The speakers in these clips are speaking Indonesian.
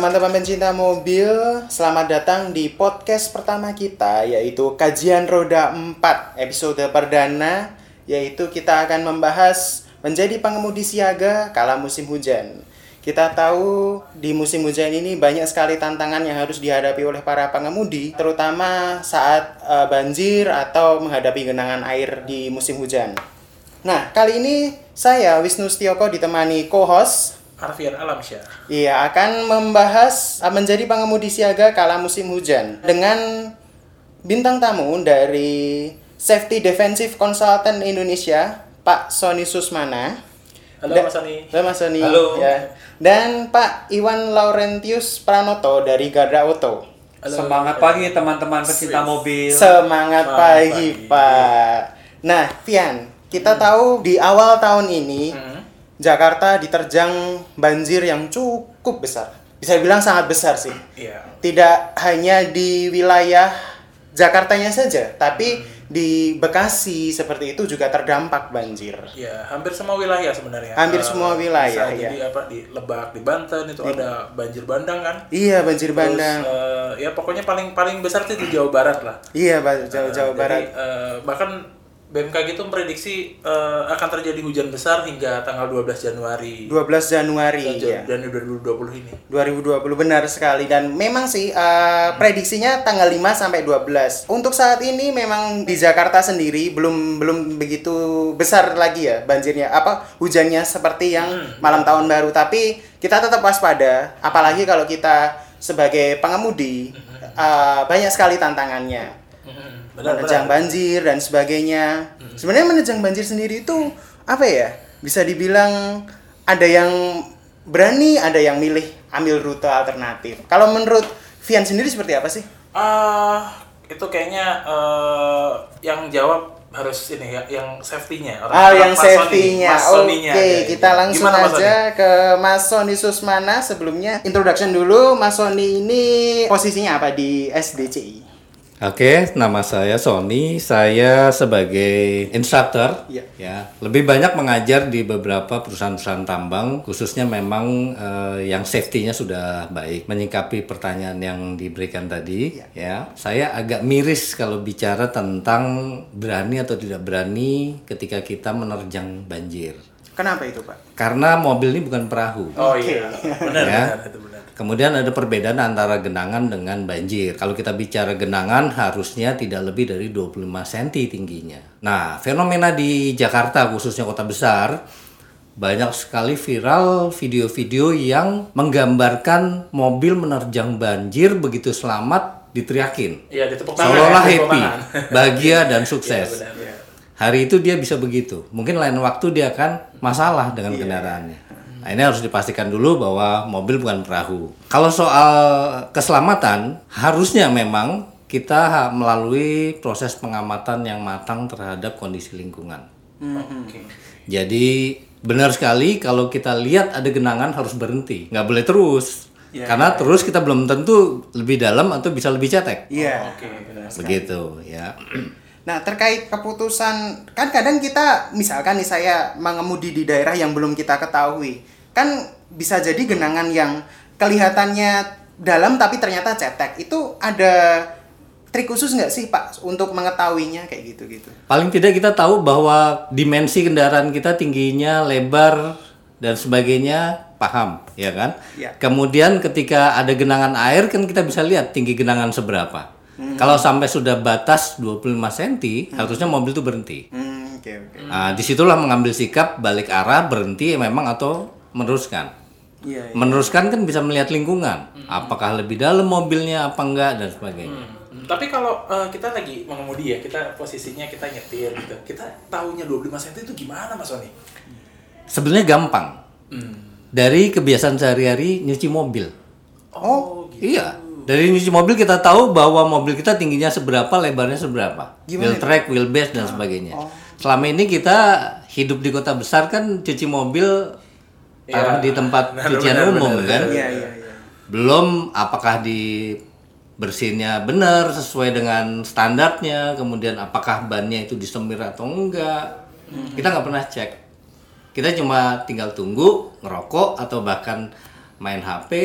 teman-teman pencinta mobil, selamat datang di podcast pertama kita, yaitu Kajian Roda 4, episode perdana, yaitu kita akan membahas menjadi pengemudi siaga kala musim hujan. Kita tahu di musim hujan ini banyak sekali tantangan yang harus dihadapi oleh para pengemudi, terutama saat banjir atau menghadapi genangan air di musim hujan. Nah, kali ini saya, Wisnu Setioko, ditemani co-host Arfian Alamsyah. Iya, akan membahas menjadi pengemudi siaga kala musim hujan dengan bintang tamu dari Safety Defensive Consultant Indonesia, Pak Sony Susmana. Halo Mas Sony. Halo Mas Sony. Halo. Ya. Dan Pak Iwan Laurentius Pranoto dari Garda Auto. Halo. Semangat pagi teman-teman pecinta mobil. Semangat pagi, Pak. Nah, Vian, kita tahu di awal tahun ini Jakarta diterjang banjir yang cukup besar. Bisa dibilang sangat besar sih. Iya. Tidak hanya di wilayah Jakartanya saja, tapi di Bekasi seperti itu juga terdampak banjir. Ya, hampir semua wilayah sebenarnya. Hampir semua wilayah, ya. Jadi di Lebak, di Banten itu ada banjir bandang kan? Iya, banjir bandang. Ya pokoknya paling besar itu di Jawa Barat lah. Iya, Jawa Barat. Bahkan BMKG itu memprediksi akan terjadi hujan besar hingga tanggal 12 Januari. 12 Januari ya. Dan 2020 ini. 2020 benar sekali, dan memang sih prediksinya tanggal 5 sampai 12. Untuk saat ini memang di Jakarta sendiri belum begitu besar lagi ya banjirnya, hujannya seperti yang malam tahun baru, tapi kita tetap waspada, apalagi kalau kita sebagai pengemudi banyak sekali tantangannya. Menerjang banjir dan sebagainya. Sebenarnya menerjang banjir sendiri itu apa ya? Bisa dibilang ada yang berani, ada yang milih ambil rute alternatif. Kalau menurut Vian sendiri seperti apa sih? Itu kayaknya yang jawab harus ini ya, yang safety-nya. Yang safety-nya. Oke, kita langsung Gimana, aja ke Mas Sony Susmana. Sebelumnya introduction dulu. Mas Sony ini posisinya apa di SDCI? Oke, nama saya Sony. Saya sebagai instruktur, ya, lebih banyak mengajar di beberapa perusahaan-perusahaan tambang, khususnya memang yang safety-nya sudah baik. Menyikapi pertanyaan yang diberikan tadi, ya, saya agak miris kalau bicara tentang berani atau tidak berani ketika kita menerjang banjir. Kenapa itu, Pak? Karena mobil ini bukan perahu. Oh iya, benar, ya. Benar, itu benar. Kemudian ada perbedaan antara genangan dengan banjir. Kalau kita bicara genangan harusnya tidak lebih dari 25 cm tingginya. Nah, fenomena di Jakarta khususnya kota besar, banyak sekali viral video-video yang menggambarkan mobil menerjang banjir begitu selamat diteriakin. Iya, ditepuk tangan. Seolah-olah happy, bahagia dan sukses. Iya, benar, ya. Hari itu dia bisa begitu. Mungkin lain waktu dia akan masalah dengan kendaraannya. Nah, ini harus dipastikan dulu bahwa mobil bukan perahu. Kalau soal keselamatan, harusnya memang kita melalui proses pengamatan yang matang terhadap kondisi lingkungan. Jadi benar sekali kalau kita lihat ada genangan harus berhenti, nggak boleh terus. Karena terus kita belum tentu lebih dalam atau bisa lebih cetek. Iya. Begitu ya. Nah, terkait keputusan, kan kadang kita, misalkan nih saya mengemudi di daerah yang belum kita ketahui, kan bisa jadi genangan yang kelihatannya dalam tapi ternyata cetek. Itu ada trik khusus nggak sih, Pak, untuk mengetahuinya kayak gitu-gitu? Paling tidak kita tahu bahwa dimensi kendaraan kita tingginya, lebar, dan sebagainya, paham, ya kan? Ya. Kemudian ketika ada genangan air, kan kita bisa lihat tinggi genangan seberapa. Kalau sampai sudah batas 25 cm, harusnya mobil itu berhenti. Nah, disitulah mengambil sikap balik arah, berhenti memang atau meneruskan. Meneruskan kan bisa melihat lingkungan. Apakah lebih dalam mobilnya, apa enggak, dan sebagainya. Tapi kalau kita lagi mengemudi ya, kita posisinya kita nyetir gitu. Kita tahunya 25 cm itu gimana, Mas Sony? Sebenarnya gampang. Dari kebiasaan sehari-hari nyuci mobil. Oh, gitu. Iya. Dari nyuci mobil kita tahu bahwa mobil kita tingginya seberapa, lebarnya seberapa. Wheel track, wheelbase, dan sebagainya. Selama ini kita hidup di kota besar kan cuci mobil taruh di tempat cucian umum kan. Belum apakah di bersihnya benar sesuai dengan standarnya, kemudian apakah bannya itu disemir atau enggak. Kita nggak pernah cek. Kita cuma tinggal tunggu, ngerokok, atau bahkan main HP,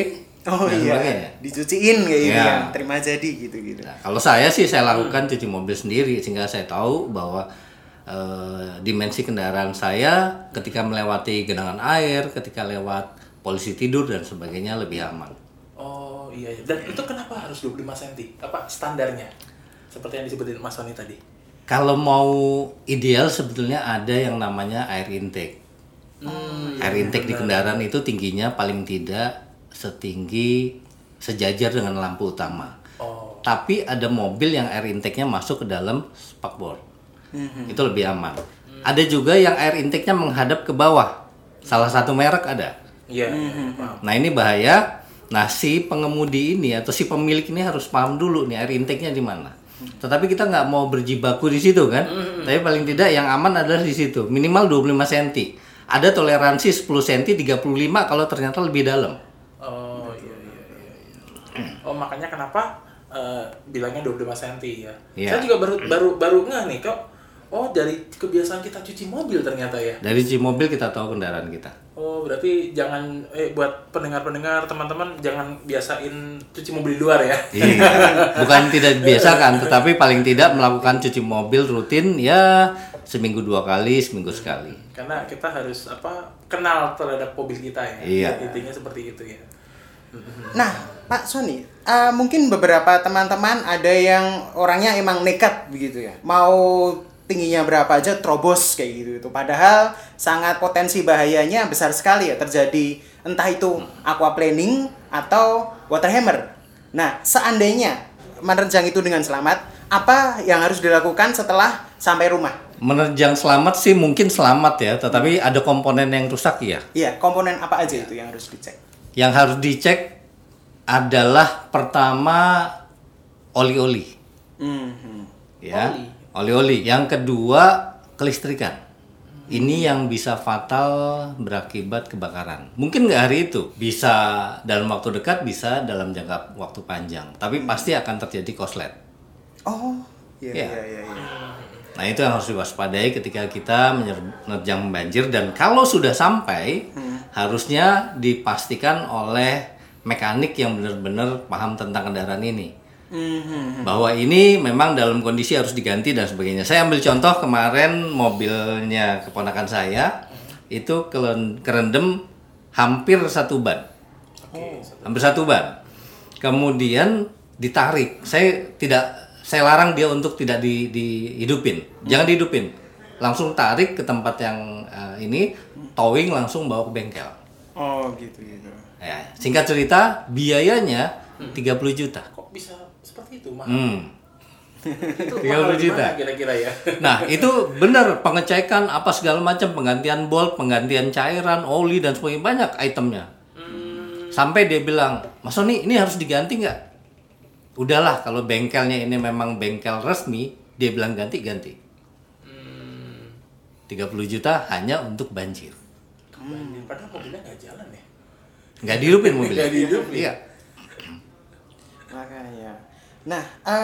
Oh dan iya, sebagainya. dicuciin kayak gitu Ya. ya, terima jadi gitu-gitu. Nah, kalau saya sih saya lakukan cuci mobil sendiri sehingga saya tahu bahwa dimensi kendaraan saya ketika melewati genangan air, ketika lewat polisi tidur dan sebagainya lebih aman. Oh iya, iya. Dan itu kenapa harus 25 cm? Apa standarnya? Seperti yang disebutin Mas Sony tadi. Kalau mau ideal sebetulnya ada yang namanya air intake. Air intake di kendaraan itu tingginya paling tidak setinggi sejajar dengan lampu utama. Oh. Tapi ada mobil yang air intake-nya masuk ke dalam spakbor. Itu lebih aman. Ada juga yang air intake-nya menghadap ke bawah. Salah satu merek ada. Iya, paham. Nah ini bahaya. Nah si pengemudi ini atau si pemilik ini harus paham dulu nih air intake-nya di mana. Tetapi kita nggak mau berjibaku di situ kan. Tapi paling tidak yang aman adalah di situ. Minimal 25 cm. Ada toleransi 10 cm, 35 kalau ternyata lebih dalam. Oh iya. Oh makanya kenapa bilangnya 25 cm ya. Iya. Saya juga baru ngeh nih kok. Oh dari kebiasaan kita cuci mobil ternyata ya. Dari cuci mobil kita tahu kendaraan kita. Oh berarti jangan buat pendengar-pendengar teman-teman jangan biasain cuci mobil di luar ya. Iya. Bukan tidak dibiasakan, tetapi paling tidak melakukan cuci mobil rutin ya seminggu 2 kali, seminggu sekali. Karena kita harus kenal terhadap mobil kita ya. Iya. Intinya seperti itu ya. Nah, Pak Sony, mungkin beberapa teman-teman ada yang orangnya emang nekat begitu ya. Mau tingginya berapa aja terobos kayak gitu itu. Padahal sangat potensi bahayanya besar sekali ya terjadi entah itu aquaplaning atau water hammer. Nah, seandainya menerjang itu dengan selamat, apa yang harus dilakukan setelah sampai rumah? Menerjang selamat sih mungkin selamat ya, tetapi ada komponen yang rusak ya. Iya, komponen apa aja itu yang harus dicek? Yang harus dicek adalah pertama oli-oli. Ya, oli-oli. Yang kedua kelistrikan. Ini yang bisa fatal berakibat kebakaran. Mungkin nggak hari itu, bisa dalam waktu dekat, bisa dalam jangka waktu panjang. Tapi pasti akan terjadi korslet. Oh, Iya. iya. Nah itu yang harus diwaspadai ketika kita menerjang banjir, dan kalau sudah sampai harusnya dipastikan oleh mekanik yang benar-benar paham tentang kendaraan ini. Bahwa ini memang dalam kondisi harus diganti dan sebagainya. Saya ambil contoh kemarin mobilnya keponakan saya itu kerendam hampir 1 ban. Hampir 1 ban. Kemudian ditarik. Saya larang dia untuk tidak dihidupin. Jangan dihidupin. Langsung tarik ke tempat yang ini, towing langsung bawa ke bengkel. Oh, gitu. Ya, singkat cerita, biayanya 30 juta. Kok bisa seperti itu mah? Itu 30 mahal juta. gimana kira-kira ya. Nah, itu benar pengecekan apa segala macam, penggantian bolt, penggantian cairan, oli dan sebagainya, banyak itemnya. Sampai dia bilang, "Mas Sony, ini harus diganti nggak?" Udahlah, kalau bengkelnya ini memang bengkel resmi, dia bilang ganti. 30 juta hanya untuk banjir. Padahal mobilnya nggak jalan ya. Nggak dihidupin mobilnya. Nggak dihidupin. Iya. Makanya. Nah,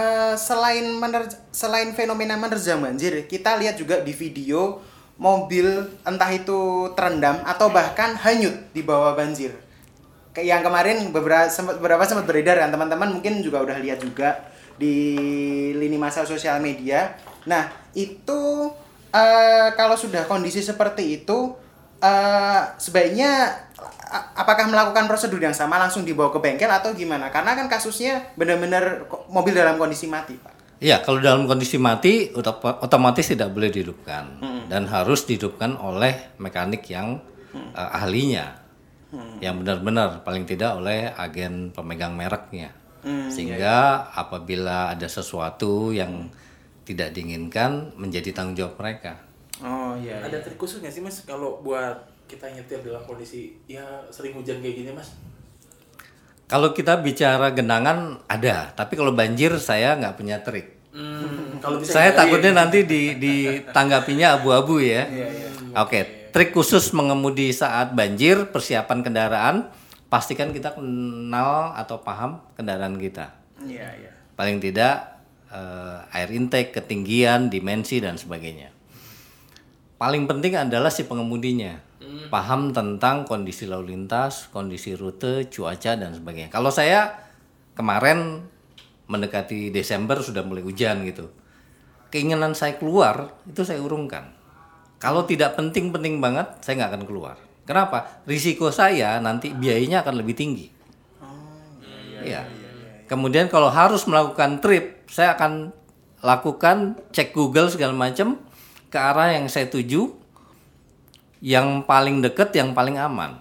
selain fenomena menerjang banjir, kita lihat juga di video mobil entah itu terendam atau bahkan hanyut di bawah banjir. Yang kemarin beberapa sempat beredar kan, teman-teman mungkin juga udah lihat juga di lini masa sosial media. Nah, itu kalau sudah kondisi seperti itu, sebaiknya apakah melakukan prosedur yang sama langsung dibawa ke bengkel atau gimana? Karena kan kasusnya benar-benar mobil dalam kondisi mati, Pak. Iya, kalau dalam kondisi mati otomatis tidak boleh dihidupkan dan harus dihidupkan oleh mekanik yang ahlinya, yang benar-benar paling tidak oleh agen pemegang mereknya, sehingga apabila ada sesuatu yang tidak diinginkan menjadi tanggung jawab mereka. Oh iya. Ada trik khusus nggak sih Mas kalau buat kita nyetir dalam kondisi ya sering hujan kayak gini Mas? Kalau kita bicara genangan ada, tapi kalau banjir saya nggak punya trik. Kalau bisa Saya hindari. takutnya nanti ditanggapinya abu-abu ya. Oke, trik khusus mengemudi saat banjir, persiapan kendaraan, pastikan kita kenal atau paham kendaraan kita. Iya. Paling tidak air intake, ketinggian, dimensi dan sebagainya. Paling penting adalah si pengemudinya. paham tentang kondisi lalu lintas, kondisi rute, cuaca dan sebagainya. Kalau saya kemarin mendekati Desember sudah mulai hujan gitu. Keinginan saya keluar itu saya urungkan. Kalau tidak penting-penting banget, saya nggak akan keluar. Kenapa? Risiko saya nanti biayanya akan lebih tinggi. Iya. Kemudian kalau harus melakukan trip, saya akan lakukan cek Google segala macam ke arah yang saya tuju, yang paling dekat, yang paling aman.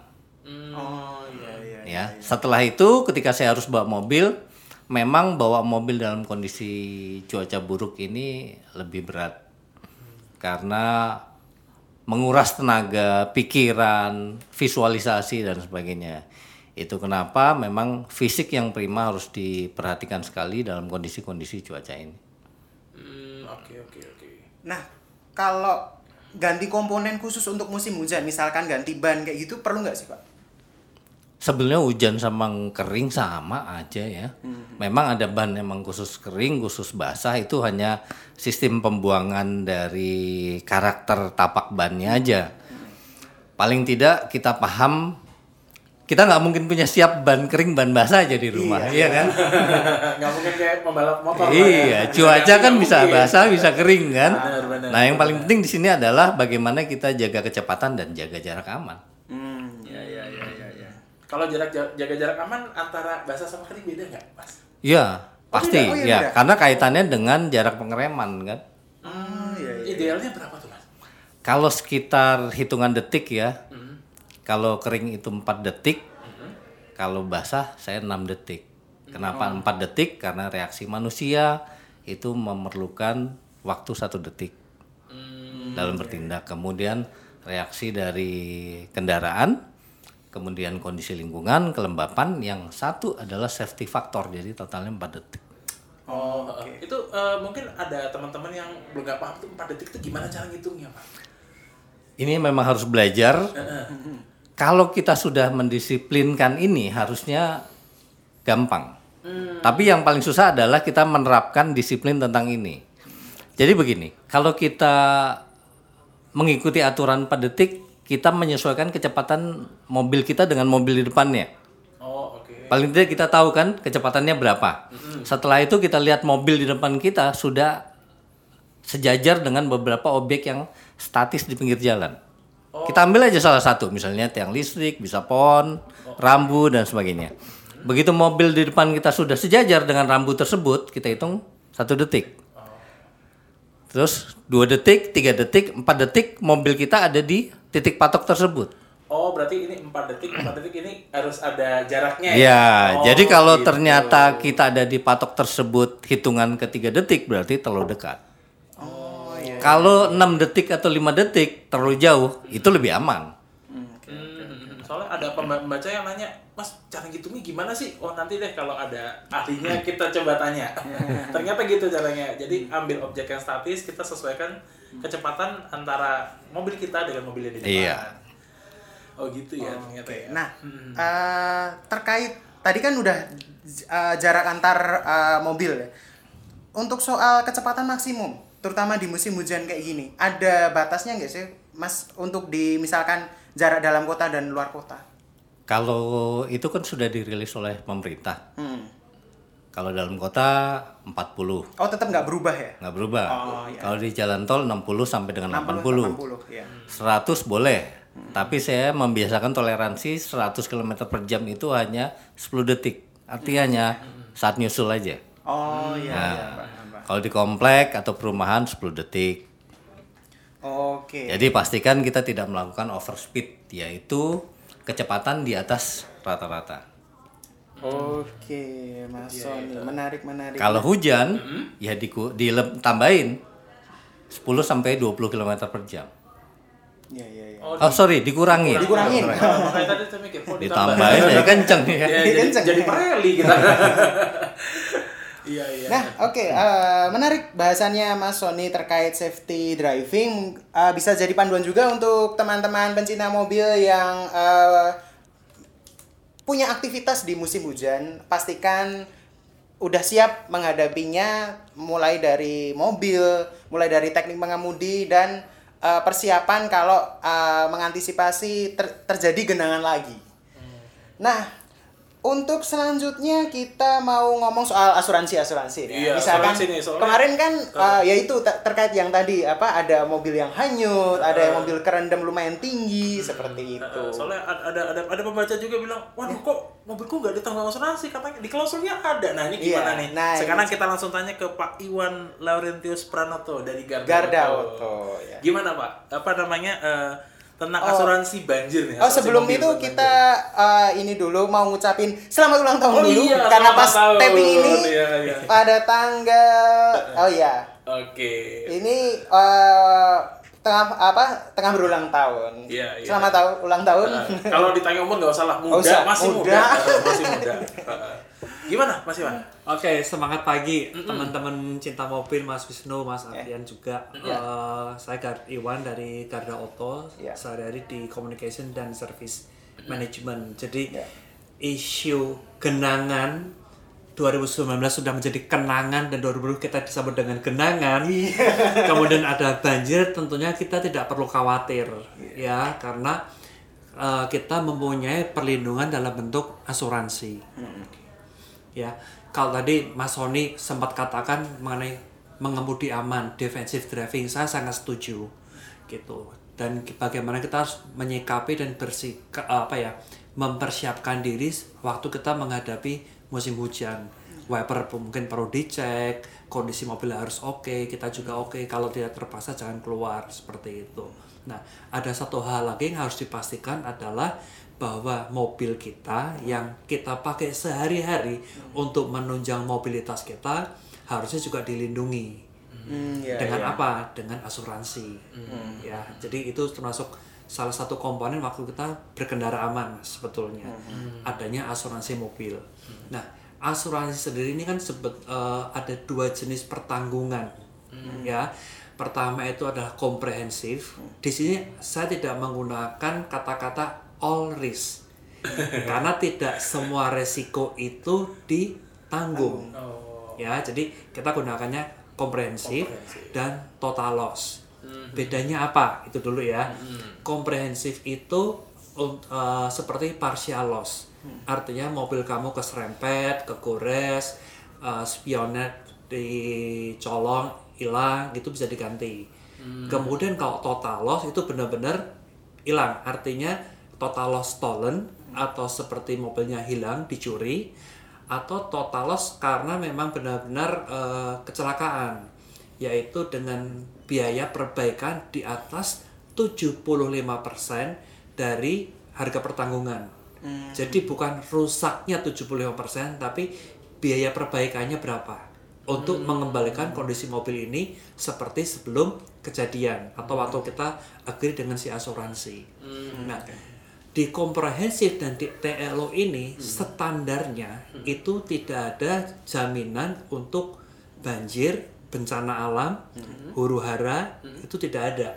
Ya. Setelah itu, ketika saya harus bawa mobil, memang bawa mobil dalam kondisi cuaca buruk ini lebih berat karena menguras tenaga, pikiran, visualisasi dan sebagainya. Itu kenapa memang fisik yang prima harus diperhatikan sekali dalam kondisi-kondisi cuaca ini. Oke. Nah, kalau ganti komponen khusus untuk musim hujan, misalkan ganti ban kayak gitu, perlu nggak sih Pak? Sebenarnya hujan sama kering sama aja ya. Memang ada ban emang khusus kering, khusus basah, itu hanya sistem pembuangan dari karakter tapak bannya aja. Paling tidak kita paham, kita nggak mungkin punya siap ban kering, ban basah aja di rumah, iya kan? Nggak mungkin kayak pembalap motor. Iya, cuaca kan bisa basah, bisa kering kan. Benar. Nah, yang paling penting di sini adalah bagaimana kita jaga kecepatan dan jaga jarak aman. Kalau jaga jarak aman antara basah sama kering beda nggak, Mas? Iya, pasti beda. karena kaitannya dengan jarak pengereman kan. Idealnya berapa tuh, Mas? Kalau sekitar hitungan detik ya. Kalau kering itu 4 detik. Kalau basah saya 6 detik. Kenapa 4 detik? Karena reaksi manusia itu memerlukan waktu 1 detik dalam bertindak. Kemudian reaksi dari kendaraan, kemudian kondisi lingkungan, kelembapan, yang satu adalah safety factor, jadi totalnya 4 detik. Itu mungkin ada teman-teman yang belum nggak paham tuh 4 detik itu gimana cara ngitungnya, Pak? Ini memang harus belajar. Kalau kita sudah mendisiplinkan ini harusnya gampang. Tapi yang paling susah adalah kita menerapkan disiplin tentang ini. Jadi begini, kalau kita mengikuti aturan 4 detik, kita menyesuaikan kecepatan mobil kita dengan mobil di depannya. Paling tidak kita tahu kan kecepatannya berapa. Setelah itu kita lihat mobil di depan kita sudah sejajar dengan beberapa objek yang statis di pinggir jalan. Kita ambil aja salah satu, misalnya tiang listrik, bisa pohon, rambu dan sebagainya. Begitu mobil di depan kita sudah sejajar dengan rambu tersebut, kita hitung 1 detik. Terus 2 detik, 3 detik, 4 detik mobil kita ada di titik patok tersebut. Berarti ini 4 detik ini harus ada jaraknya ya? Jadi kalau gitu. ternyata kita ada di patok tersebut hitungan ke 3 detik berarti terlalu dekat. Kalau 6 detik atau 5 detik terlalu jauh, itu lebih aman. Soalnya ada pembaca yang nanya, Mas, cara ngitungnya gimana sih? Nanti deh kalau ada ahlinya kita coba tanya. Ternyata gitu caranya. Jadi ambil objek yang statis, kita sesuaikan kecepatan antara mobil kita dengan mobil yang di depan. Iya. Gitu ya ternyata ya. Nah, terkait tadi kan udah jarak antar mobil ya. Untuk soal kecepatan maksimum, terutama di musim hujan kayak gini, ada batasnya nggak sih, Mas, untuk misalkan jarak dalam kota dan luar kota? Kalau itu kan sudah dirilis oleh pemerintah. Kalau dalam kota 40. Tetap nggak berubah ya? Nggak berubah. Iya. Kalau di jalan tol 60 sampai dengan 80. 80 ya. 100 boleh. Tapi saya membiasakan toleransi 100 km per jam itu hanya 10 detik. Artinya saat nyusul aja. Kalau di komplek atau perumahan 10 detik. Jadi pastikan kita tidak melakukan overspeed, yaitu kecepatan di atas rata-rata. Mas Sony, menarik. Kalau hujan, ya ditambahin 10 sampai 20 km per jam. Dikurangin. Makanya tadi saya mikir, ditambahin jadi kenceng ya. Jadi rally kita. Iya. Nah, menarik bahasannya Mas Sony terkait safety driving. Bisa jadi panduan juga untuk teman-teman pencinta mobil yang punya aktivitas di musim hujan. Pastikan udah siap menghadapinya, mulai dari mobil, mulai dari teknik mengemudi dan persiapan kalau mengantisipasi terjadi genangan lagi. Nah, untuk selanjutnya kita mau ngomong soal asuransi ya. Iya, Misalkan asuransi nih, soalnya kemarin kan yaitu terkait yang tadi ada mobil yang hanyut, ada yang mobil kerendam lumayan tinggi seperti itu. Soalnya ada pembaca juga bilang, waduh kok mobilku nggak ditanggung asuransi, katanya di klausulnya ada. Nah ini gimana nih? Nah, sekarang kita langsung tanya ke Pak Iwan Laurentius Pranoto dari Garda Auto. Ya. Gimana Pak? Apa namanya? Tentang asuransi banjir nih. Sebelum itu kita ini dulu mau ngucapin selamat ulang tahun dulu iya, karena pas taping ini iya. pada tanggal Oke. Ini tengah berulang tahun. Iya. Selamat ulang tahun. Kalau ditanya umur nggak usah lah, masih muda. Gimana Mas Iwan? Oke, semangat pagi teman-teman cinta mobil, Mas Wisnu, Mas Ardian juga. Saya Iwan dari Garda Auto, sehari-hari di Communication dan Service Management. Jadi isu genangan 2019 sudah menjadi kenangan dan 2020 kita disambut dengan genangan. Kemudian ada banjir, tentunya kita tidak perlu khawatir ya, karena kita mempunyai perlindungan dalam bentuk asuransi. Ya, kalau tadi Mas Sony sempat katakan mengenai mengemudi aman, defensive driving, saya sangat setuju gitu. Dan bagaimana kita harus menyikapi dan mempersiapkan diri waktu kita menghadapi musim hujan. Wiper mungkin perlu dicek, kondisi mobil harus oke, kita juga oke. Kalau tidak terpaksa jangan keluar, seperti itu. Nah, ada satu hal lagi yang harus dipastikan adalah bahwa mobil kita yang kita pakai sehari-hari untuk menunjang mobilitas kita harusnya juga dilindungi. Dengan apa? Dengan asuransi. Ya, jadi itu termasuk salah satu komponen waktu kita berkendara aman sebetulnya. Adanya asuransi mobil. Nah, asuransi sendiri ini kan ada dua jenis pertanggungan. Ya. Pertama itu adalah komprehensif. Di sini saya tidak menggunakan kata-kata all risk karena tidak semua resiko itu ditanggung. Ya, jadi kita gunakannya komprehensif dan total loss. Bedanya apa? Itu dulu ya. Komprehensif itu seperti partial loss. Artinya mobil kamu keserempet, kegores, spionet dicolong, hilang, itu bisa diganti. Kemudian kalau total loss itu benar-benar hilang. Artinya total loss stolen atau seperti mobilnya hilang, dicuri, atau total loss karena memang benar-benar kecelakaan, yaitu dengan biaya perbaikan di atas 75% dari harga pertanggungan. Jadi bukan rusaknya 75%, tapi biaya perbaikannya berapa untuk mengembalikan kondisi mobil ini seperti sebelum kejadian atau waktu kita agree dengan si asuransi. Nah, di komprehensif dan di TLO ini standarnya itu tidak ada jaminan untuk banjir, bencana alam, huru-hara, itu tidak ada.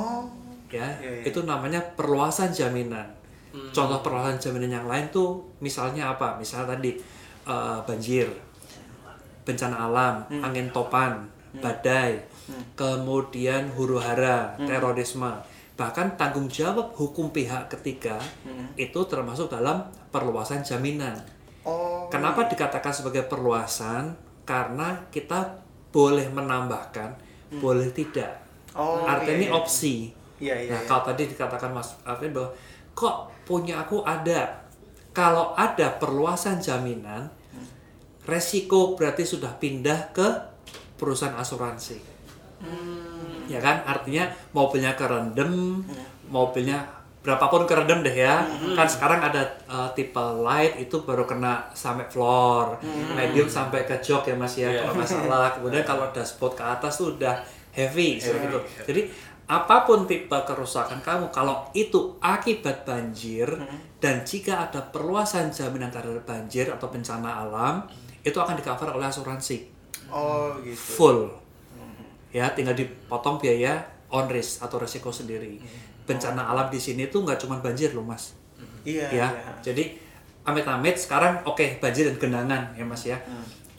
Itu namanya perluasan jaminan. Contoh perluasan jaminan yang lain tuh misalnya apa? Misalnya tadi banjir, bencana alam, angin topan, badai, kemudian huru-hara, terorisme. Bahkan tanggung jawab hukum pihak ketiga itu termasuk dalam perluasan jaminan. Kenapa dikatakan sebagai perluasan? Karena kita boleh menambahkan, boleh tidak. Artinya opsi. Kalau tadi dikatakan Mas Alvin bahwa kok punya aku ada. Kalau ada perluasan jaminan, resiko berarti sudah pindah ke perusahaan asuransi. Ya kan, artinya mobilnya kerendam, mobilnya berapapun kerendam deh ya. Kan sekarang ada tipe light itu baru kena sampai floor, medium sampai ke jok ya Mas ya, kalau nggak salah. Kemudian kalau dashboard ke atas tuh udah heavy gitu. Jadi apapun tipe kerusakan kamu, kalau itu akibat banjir dan jika ada perluasan jaminan terhadap banjir atau bencana alam, itu akan di-cover oleh asuransi. Gitu. Full. Ya, tinggal dipotong biaya on risk atau resiko sendiri. Bencana alam di sini tuh nggak cuma banjir loh Mas. Jadi amit-amit sekarang banjir dan genangan ya Mas ya.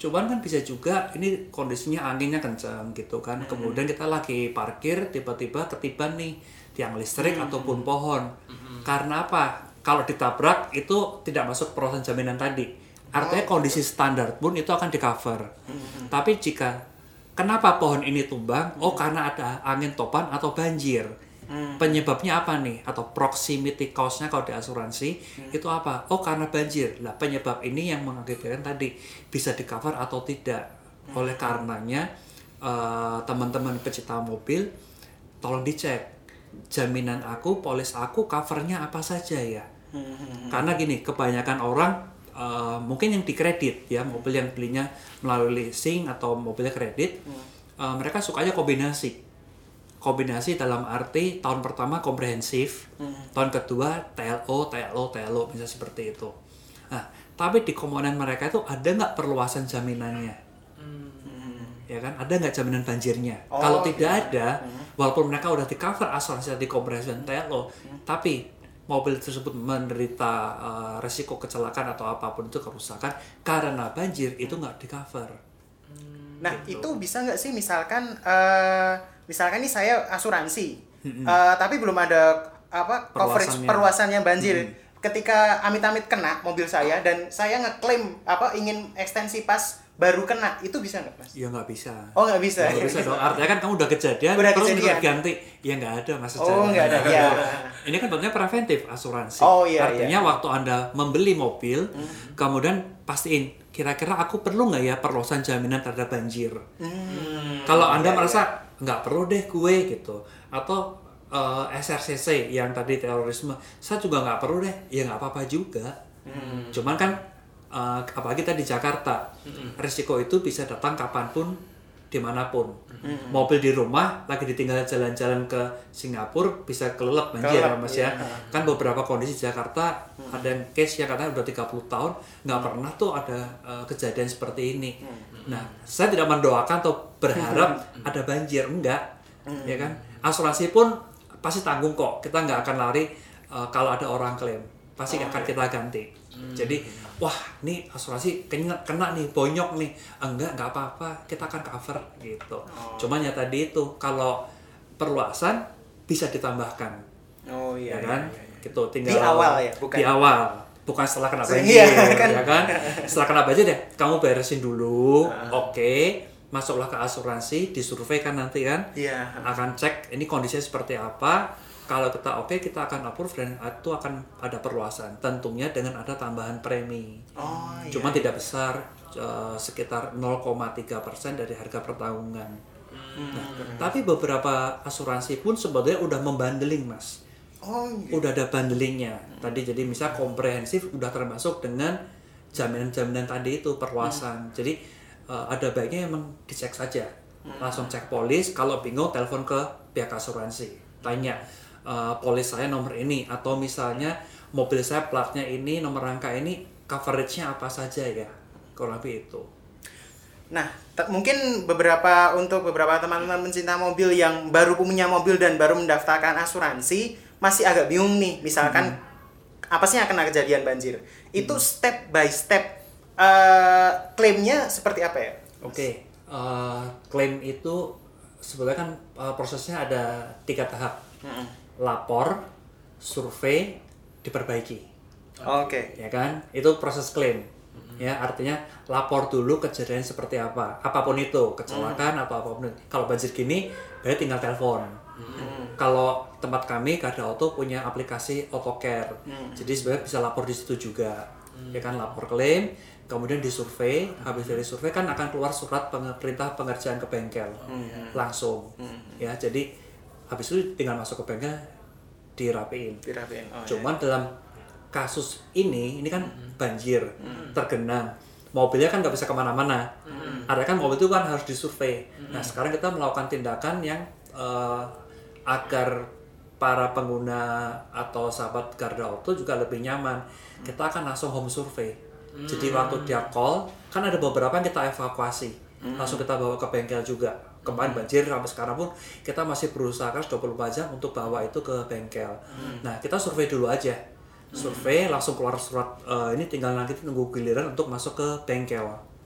Cuman kan bisa juga ini kondisinya anginnya kencang gitu kan. Kemudian kita lagi parkir tiba-tiba ketiban nih tiang listrik ataupun pohon. Karena apa? Kalau ditabrak itu tidak masuk proses jaminan tadi. Artinya kondisi standar pun itu akan di-cover. Tapi jika kenapa pohon ini tumbang? Oh, karena ada angin topan atau banjir. Penyebabnya apa nih? Atau proximity cause-nya kalau di asuransi itu apa? Oh, karena banjir. Lah, penyebab ini yang mengakibatkan tadi bisa di-cover atau tidak. Oleh karenanya teman-teman pecinta mobil tolong dicek jaminan aku, polis aku covernya apa saja ya. Karena gini, kebanyakan orang mungkin yang dikredit ya, mobil yang belinya melalui leasing atau mobilnya kredit, mereka sukanya kombinasi dalam arti tahun pertama komprehensif, tahun kedua TLO, misalnya seperti itu. Nah, tapi di komponen mereka itu ada nggak perluasan jaminannya? Ya kan, ada nggak jaminan banjirnya? Kalau tidak ada, walaupun mereka udah di cover asuransi di komprehensif TLO, tapi mobil tersebut menderita resiko kecelakaan atau apapun itu kerusakan karena banjir, itu nggak di cover. Nah, gitu. Itu bisa nggak sih misalkan nih saya asuransi, tapi belum ada coverage perluasannya banjir. Ketika amit-amit kena mobil saya dan saya ngeklaim ingin ekstensi pas baru kena, itu bisa nggak, Mas? Ya nggak bisa. Oh, nggak bisa. Nggak bisa dong. Artinya kan kamu udah kejadian, terus ganti. Ya nggak ada, Mas. Oh, nggak ada. Ya. Ini kan bentuknya preventif asuransi. Oh, iya, artinya waktu Anda membeli mobil, kemudian pastiin kira-kira aku perlu nggak ya perluasan jaminan terhadap banjir. Kalau Anda merasa nggak perlu deh gue gitu, atau SRCC yang tadi terorisme, saya juga nggak perlu deh, ya nggak apa-apa juga. Cuman kan apalagi kita di Jakarta, risiko itu bisa datang kapanpun, dimanapun. Mobil di rumah lagi ditinggal jalan-jalan ke Singapura bisa kelelep banjir ya, Mas ya. Kan beberapa kondisi di Jakarta ada yang case yang katanya udah 30 tahun nggak pernah tuh ada kejadian seperti ini. Nah, saya tidak mendoakan atau berharap ada banjir, enggak, ya kan. Asuransi pun pasti tanggung kok. Kita nggak akan lari kalau ada orang klaim, pasti akan kita ganti. Jadi, wah, nih asuransi kena nih, bonyok nih. Enggak apa-apa, kita akan cover gitu. Cuman ya tadi itu, kalau perluasan bisa ditambahkan. Oh iya. Ya kan? Iya. Gitu, tinggal di awal ya, bukan? Di awal, bukan setelah kena banjir, ya kan? Setelah kena banjir ya, kamu beresin dulu, oke. Masuklah ke asuransi, disurvei kan nanti kan? Akan cek ini kondisinya seperti apa. Kalau kita oke, kita akan approve dan itu akan ada perluasan. Tentunya dengan ada tambahan premi. Cuma tidak besar, sekitar 0,3% dari harga pertanggungan. Nah, tapi beberapa asuransi pun sebetulnya udah membandeling, Mas. Udah ada bandelingnya. Tadi jadi misal komprehensif udah termasuk dengan jaminan-jaminan tadi itu perluasan. Jadi ada baiknya emang dicek saja. Langsung cek polis, kalau bingung telepon ke pihak asuransi. Tanya, polis saya nomor ini, atau misalnya mobil saya platnya ini, nomor rangka ini, coverage-nya apa saja ya, kurang lebih itu. Nah, mungkin untuk beberapa teman-teman pencinta mobil yang baru punya mobil dan baru mendaftarkan asuransi masih agak bingung nih, misalkan apa sih yang kena kejadian banjir? Itu step by step klaimnya seperti apa ya? Oke, klaim itu sebenarnya kan prosesnya ada 3 tahap. Lapor, survei, diperbaiki. Oke. Ya kan? Itu proses klaim. Ya, artinya lapor dulu kejadian seperti apa. Apapun itu, kecelakaan atau apapun. Kalau banjir gini, berarti tinggal telepon. Kalau tempat kami Garda Auto punya aplikasi AutoCare. Jadi sebenarnya bisa lapor di situ juga. Ya kan, lapor klaim, kemudian disurvei. Habis dari survei kan akan keluar surat perintah pengerjaan ke bengkel. Langsung. Ya, jadi habis itu tinggal masuk ke bengkel dirapiin. Cuman dalam kasus ini kan banjir, tergenang, mobilnya kan nggak bisa kemana-mana. Artinya kan mobil itu kan harus disurvei. Nah, sekarang kita melakukan tindakan yang agar para pengguna atau sahabat Garda Auto juga lebih nyaman. Kita akan langsung home survey. Jadi waktu dia call, kan ada beberapa yang kita evakuasi, langsung kita bawa ke bengkel juga. Kemarin banjir sampai sekarang pun kita masih berusaha keras 24 jam untuk bawa itu ke bengkel. Nah, kita survei dulu aja. Survei langsung keluar surat ini tinggal nanti tunggu giliran untuk masuk ke bengkel.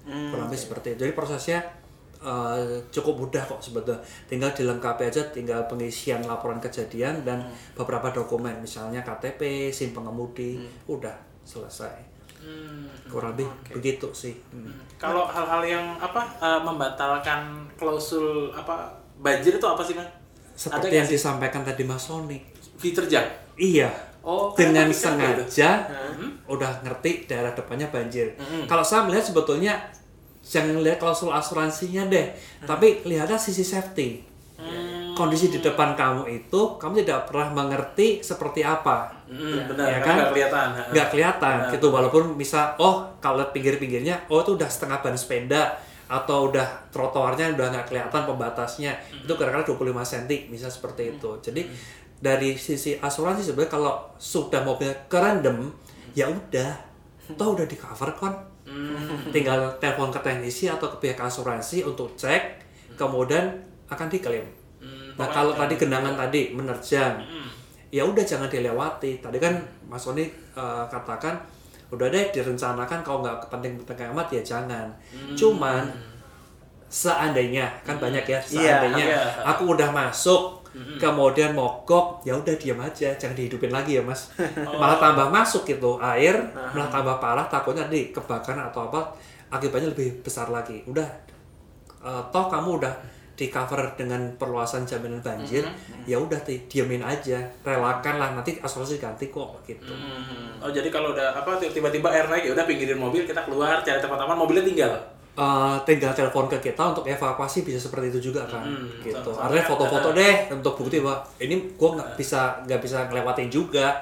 kurang lebih seperti itu. Jadi prosesnya cukup mudah kok sebetulnya, tinggal dilengkapi aja, tinggal pengisian laporan kejadian dan beberapa dokumen, misalnya KTP, SIM pengemudi, udah selesai. Kurang lebih begitu sih. Kalau hal-hal yang membatalkan klausul banjir itu apa sih, Bang? Seperti yang disampaikan tadi Mas Sony, diterjang? iya, dengan sengaja gitu? udah ngerti daerah depannya banjir. Kalau saya melihat sebetulnya jangan lihat klausul asuransinya deh, tapi lihatlah sisi safety. Kondisi di depan kamu itu, kamu tidak pernah mengerti seperti apa. Benar, ya kan? Nggak kelihatan. Nggak kelihatan gitu, walaupun bisa, kalau lihat pinggir-pinggirnya, itu udah setengah ban sepeda, atau udah trotoarnya udah nggak kelihatan pembatasnya, itu kira-kira 25 cm, bisa seperti itu. Jadi dari sisi asuransi sebenarnya kalau sudah mobil kerendam, ya udah, toh udah di cover kan. Tinggal telepon ke teknisi atau ke pihak asuransi untuk cek, kemudian akan diklaim. Nah kalau tadi genangan tadi menerjang, ya udah jangan dilewati. Tadi kan Mas Sony katakan udah deh direncanakan, kalau nggak penting-penting amat ya jangan. Cuman seandainya kan banyak ya, seandainya aku udah masuk kemudian mogok, ya udah diam aja, jangan dihidupin lagi ya Mas. Malah tambah masuk gitu air, malah tambah parah, takutnya nanti kebakaran atau apa, akibatnya lebih besar lagi. Udah toh kamu udah di cover dengan perluasan jaminan banjir, ya udah diamin aja, relakan lah, nanti asuransi ganti kok gitu. Jadi kalau udah tiba-tiba air naik, ya udah pinggirin mobil, kita keluar cari tempat aman, mobilnya tinggal. Tinggal telepon ke kita untuk evakuasi, bisa seperti itu juga kan, gitu. Artinya foto-foto deh untuk bukti bahwa ini gue nggak bisa ngelewatin juga.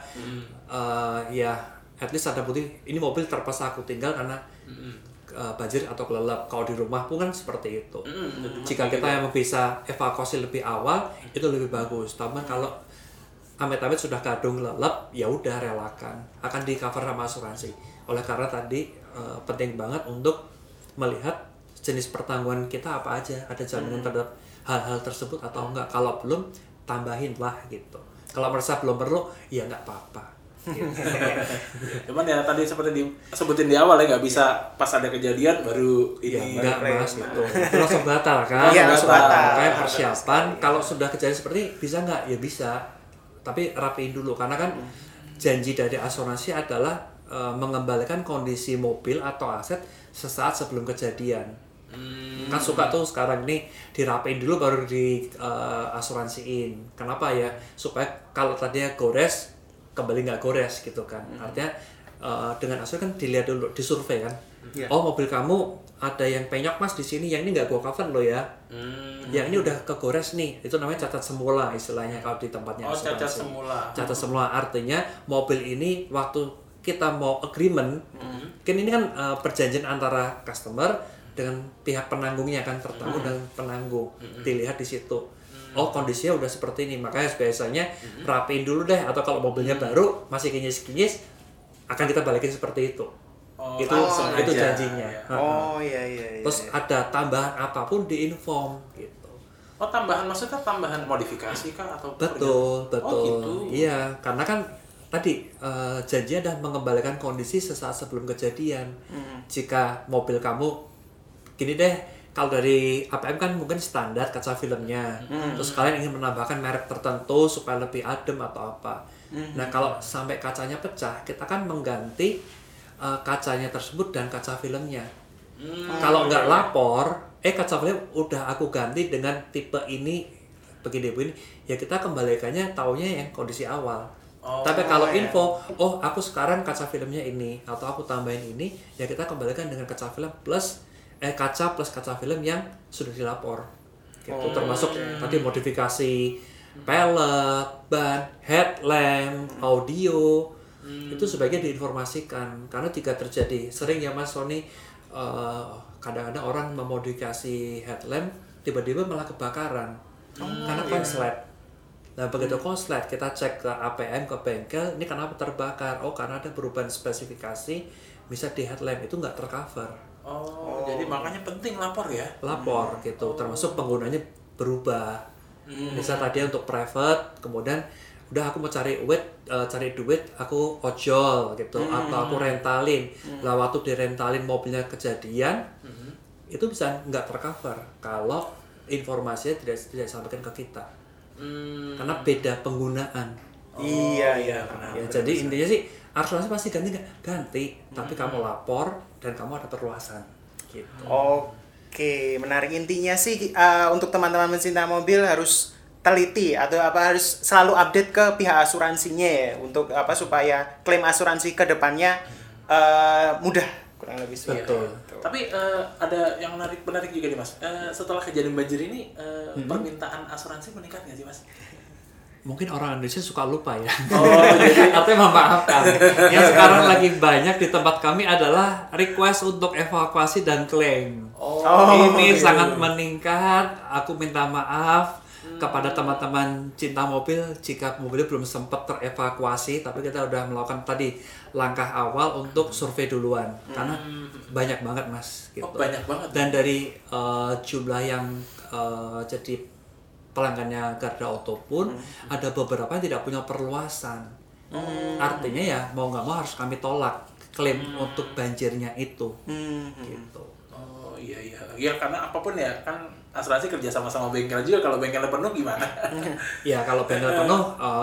Ya at least ada bukti ini mobil terpaksa aku tinggal karena banjir atau kelelap. Kalau di rumah pun kan seperti itu. Jika kita yang bisa evakuasi lebih awal, itu lebih bagus. Tapi kalau amit-amit sudah kadung lelap, ya udah relakan, akan di cover sama asuransi. Oleh karena tadi penting banget untuk melihat jenis pertanggungan kita apa aja, ada jaminan terhadap hal-hal tersebut atau enggak. Kalau belum, tambahin lah gitu. Kalau merasa belum perlu, ya nggak apa-apa. Gitu. Cuman ya tadi seperti disebutin di awal ya, nggak bisa pas ada kejadian baru ini. Enggak Mas gitu. Itu langsung batal kan? Iya, langsung batal. Kayak persiapan. Kalau sudah kejadian seperti ini, bisa nggak? Ya bisa. Tapi rapiin dulu, karena kan janji dari asuransi adalah mengembalikan kondisi mobil atau aset sesaat sebelum kejadian. Kan suka tuh sekarang ini dirapiin dulu baru di asuransiin. Kenapa ya? Supaya kalau tadinya gores, kembali nggak gores gitu kan. Artinya dengan asuransi kan dilihat dulu, disurvei kan. Mobil kamu ada yang penyok Mas di sini, yang ini nggak gua cover lo ya. Yang ini udah kegores nih, itu namanya cacat semula istilahnya kalau di tempatnya asuransi. Cacat semula. Cacat semula artinya mobil ini waktu kita mau agreement, kan ini kan perjanjian antara customer dengan pihak penanggungnya kan, tertanggung dan penanggung, dilihat di situ. Kondisinya udah seperti ini, makanya biasanya rapiin dulu deh, atau kalau mobilnya baru masih kinyis-kinyis, akan kita balikin seperti itu. Itu janjinya. Iya. Terus ada tambahan apapun diinform gitu. Maksudnya tambahan modifikasi kah atau? Betul. Gitu. Iya, karena kan tadi janji adalah mengembalikan kondisi sesaat sebelum kejadian. Jika mobil kamu gini deh, kalau dari APM kan mungkin standar kaca filmnya, terus kalian ingin menambahkan merek tertentu supaya lebih adem atau apa. Nah kalau sampai kacanya pecah, kita kan mengganti kacanya tersebut dan kaca filmnya. Kalau nggak lapor, kaca film udah aku ganti dengan tipe ini begini, ya kita kembalikannya taunya yang kondisi awal. Tapi kalau info, aku sekarang kaca filmnya ini, atau aku tambahin ini, ya kita kembalikan dengan kaca film plus kaca film yang sudah dilapor. Gitu. Termasuk tadi modifikasi pelek, ban, headlamp, audio, itu sebaiknya diinformasikan. Karena jika terjadi, sering ya Mas Sony, kadang-kadang orang memodifikasi headlamp, tiba-tiba malah kebakaran. Karena konslet. Nah begitu konslet, kita cek ke APM, ke bengkel, ini kenapa terbakar? Karena ada perubahan spesifikasi, bisa di headlamp itu nggak tercover. Jadi makanya penting lapor ya? Lapor gitu, termasuk penggunanya berubah. Bisa tadi untuk private, kemudian udah aku mau cari duit aku ojol gitu atau aku rentalin. Lah waktu direntalin mobilnya kejadian itu bisa nggak tercover kalau informasinya tidak disampaikan ke kita. Karena beda penggunaan. Iya. Ya, jadi intinya sih asuransi pasti ganti, tapi kamu lapor dan kamu ada perluasan gitu. Oke, menarik. Intinya sih untuk teman-teman pencinta mobil harus teliti atau harus selalu update ke pihak asuransinya ya untuk supaya klaim asuransi ke depannya mudah, kurang lebih seperti Betul. itu. Tapi ada yang menarik juga nih Mas. Setelah kejadian banjir ini permintaan asuransi meningkat nggak sih Mas? Mungkin orang Indonesia suka lupa ya. Jadi artinya memaafkan. Yang sekarang lagi banyak di tempat kami adalah request untuk evakuasi dan klaim. Ini sangat meningkat. Aku minta maaf kepada teman-teman cinta mobil jika mobilnya belum sempat terevakuasi, tapi kita udah melakukan tadi langkah awal untuk survei duluan karena banyak banget Mas gitu. banyak banget. Dan dari jumlah yang jadi pelanggannya Garda Auto pun ada beberapa yang tidak punya perluasan. Artinya ya mau nggak mau harus kami tolak klaim untuk banjirnya itu. Gitu. Oh iya. Ya karena apapun ya kan asuransi kerja sama bengkel juga. Kalau bengkelnya penuh gimana? Ya kalau bengkel penuh,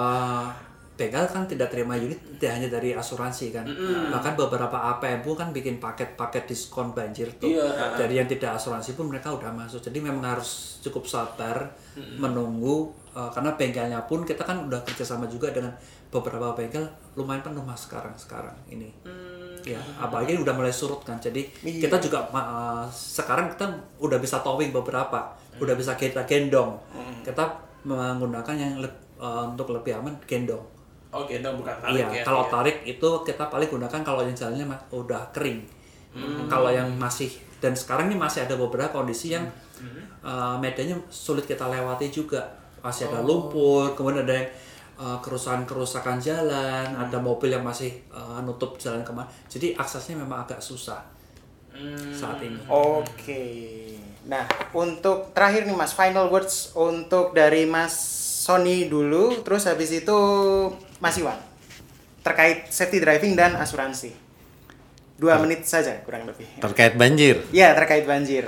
bengkel kan tidak terima unit tidak hanya dari asuransi kan. Bahkan beberapa APM pun kan bikin paket-paket diskon banjir tuh. Iya. Dari yang tidak asuransi pun mereka udah masuk. Jadi memang harus cukup sabar menunggu karena bengkelnya pun kita kan udah kerjasama juga dengan beberapa bengkel lumayan penuh Mas sekarang ini. Ya, apalagi udah mulai surut kan. Jadi kita juga sekarang kita udah bisa towing beberapa, udah bisa kita gendong. Kita menggunakan yang untuk lebih aman gendong. Oh gendong bukan tarik Iya, ya? kalau tarik itu kita paling gunakan kalau yang jalannya udah kering. Kalau yang masih dan sekarang ini masih ada beberapa kondisi yang medannya sulit kita lewati juga. Masih ada lumpur, kemudian ada yang kerusakan jalan, ada mobil yang masih nutup jalan kemana. Jadi aksesnya memang agak susah saat ini. Oke. Nah, untuk terakhir nih Mas, final words untuk dari Mas Sony dulu, terus habis itu Mas Iwan terkait safety driving dan asuransi. 2 menit saja kurang lebih. Terkait banjir. Ya, terkait banjir.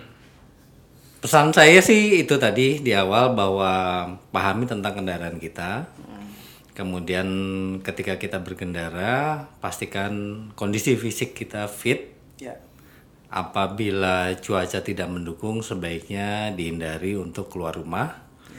Pesan saya sih itu tadi di awal bahwa pahami tentang kendaraan kita. Kemudian ketika kita berkendara, pastikan kondisi fisik kita fit. Ya. Apabila cuaca tidak mendukung, sebaiknya dihindari untuk keluar rumah.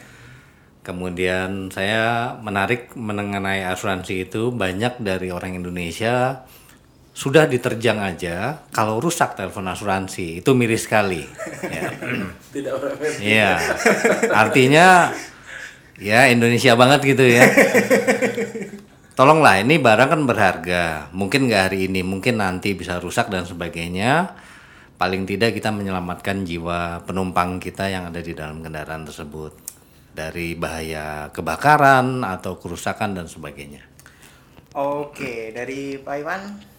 Kemudian saya menarik mengenai asuransi itu, banyak dari orang Indonesia sudah diterjang aja kalau rusak telepon asuransi, itu miris sekali. Ya. Tidak berbeda. Iya, artinya ya Indonesia banget gitu ya. Tolonglah, ini barang kan berharga, mungkin nggak hari ini, mungkin nanti bisa rusak dan sebagainya. Paling tidak kita menyelamatkan jiwa penumpang kita yang ada di dalam kendaraan tersebut dari bahaya kebakaran atau kerusakan dan sebagainya. Oke, dari Pak Iwan.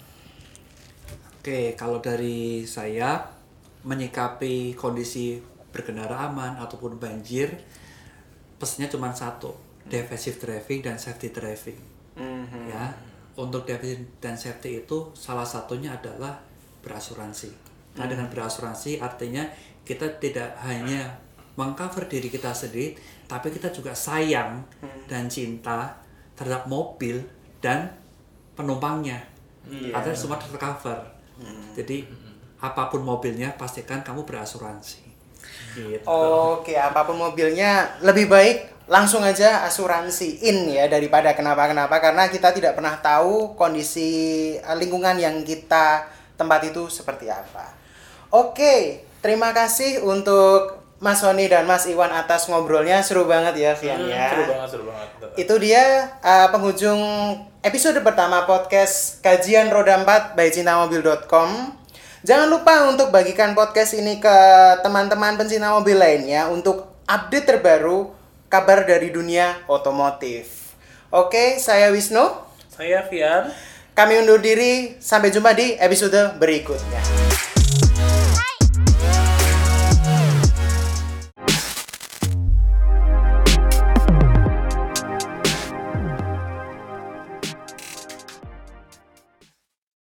Oke, kalau dari saya menyikapi kondisi berkendara aman ataupun banjir, pesannya cuma satu, defensive driving dan safety driving. Ya, untuk defensive dan safety itu salah satunya adalah berasuransi. Nah, dengan berasuransi artinya kita tidak hanya mengcover diri kita sendiri, tapi kita juga sayang dan cinta terhadap mobil dan penumpangnya. Artinya semua tercover. Jadi apapun mobilnya pastikan kamu berasuransi. Gitu. Oke, apapun mobilnya lebih baik langsung aja asuransiin ya daripada kenapa-kenapa, karena kita tidak pernah tahu kondisi lingkungan yang kita tempat itu seperti apa. Oke, terima kasih untuk Mas Sony dan Mas Iwan atas ngobrolnya, seru banget ya Vian ya. Seru banget. Itu dia penghujung episode pertama podcast Kajian Roda 4 by cintamobil.com. Jangan lupa untuk bagikan podcast ini ke teman-teman pencinta mobil lainnya untuk update terbaru kabar dari dunia otomotif. Oke, saya Wisnu. Saya Vian. Kami undur diri, sampai jumpa di episode berikutnya.